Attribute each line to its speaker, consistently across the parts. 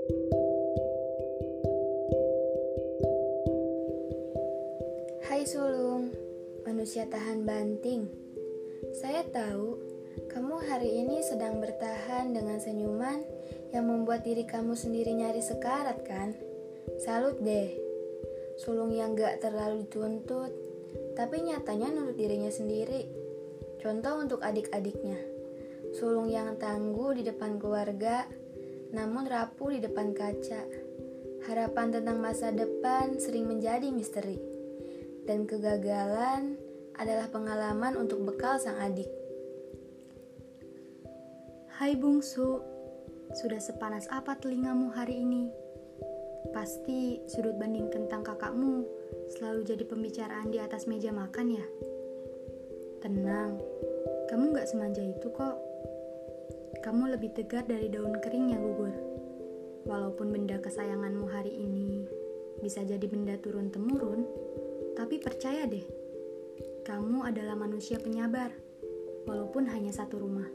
Speaker 1: Hai sulung, manusia tahan banting. Saya tahu kamu hari ini sedang bertahan dengan senyuman yang membuat diri kamu sendiri nyaris sekarat kan? Salut deh, sulung yang gak terlalu dituntut, tapi nyatanya nurut dirinya sendiri. Contoh untuk adik-adiknya, sulung yang tangguh di depan keluarga, namun rapuh di depan kaca. Harapan tentang masa depan sering menjadi misteri, dan kegagalan adalah pengalaman untuk bekal sang adik.
Speaker 2: Hai bungsu, sudah sepanas apa telingamu hari ini? Pasti sudut banding tentang kakakmu selalu jadi pembicaraan di atas meja makan ya? Tenang, kamu gak semanja itu kok. Kamu lebih tegar dari daun kering yang gugur. Walaupun benda kesayanganmu hari ini bisa jadi benda turun-temurun, tapi percaya deh, kamu adalah manusia penyabar, walaupun hanya satu rumah.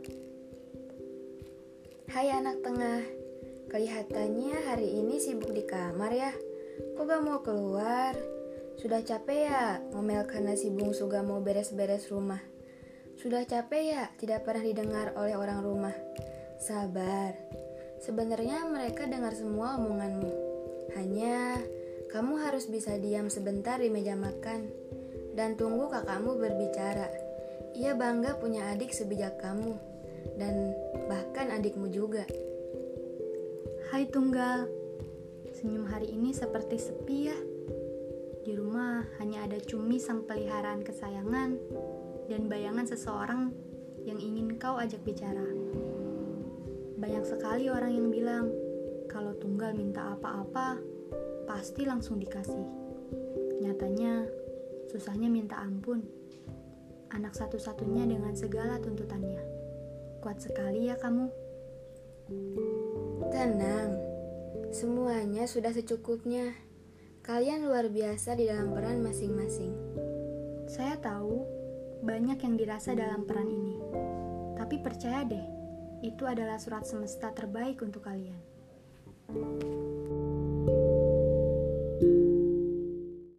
Speaker 1: Hai anak tengah, kelihatannya hari ini sibuk di kamar ya. Kok gak mau keluar? Sudah capek ya ngomel karena si bungsu gak mau beres-beres rumah? Sudah capek ya tidak pernah didengar oleh orang rumah? Sabar, sebenarnya mereka dengar semua omonganmu. Hanya kamu harus bisa diam sebentar di meja makan dan tunggu kakakmu berbicara. Ia bangga punya adik sebijak kamu, dan bahkan adikmu juga.
Speaker 2: Hai Tunggal, senyum hari ini seperti sepi ya. Di rumah hanya ada Cumi sang peliharaan kesayangan dan bayangan seseorang yang ingin kau ajak bicara. Banyak sekali orang yang bilang kalau Tunggal minta apa-apa pasti langsung dikasih. Nyatanya susahnya minta ampun. Anak satu-satunya dengan segala tuntutannya. Kuat sekali ya kamu.
Speaker 1: Tenang, semuanya sudah secukupnya. Kalian luar biasa di dalam peran masing-masing.
Speaker 2: Saya tahu banyak yang dirasa dalam peran ini. Tapi percaya deh, itu adalah surat semesta terbaik untuk kalian.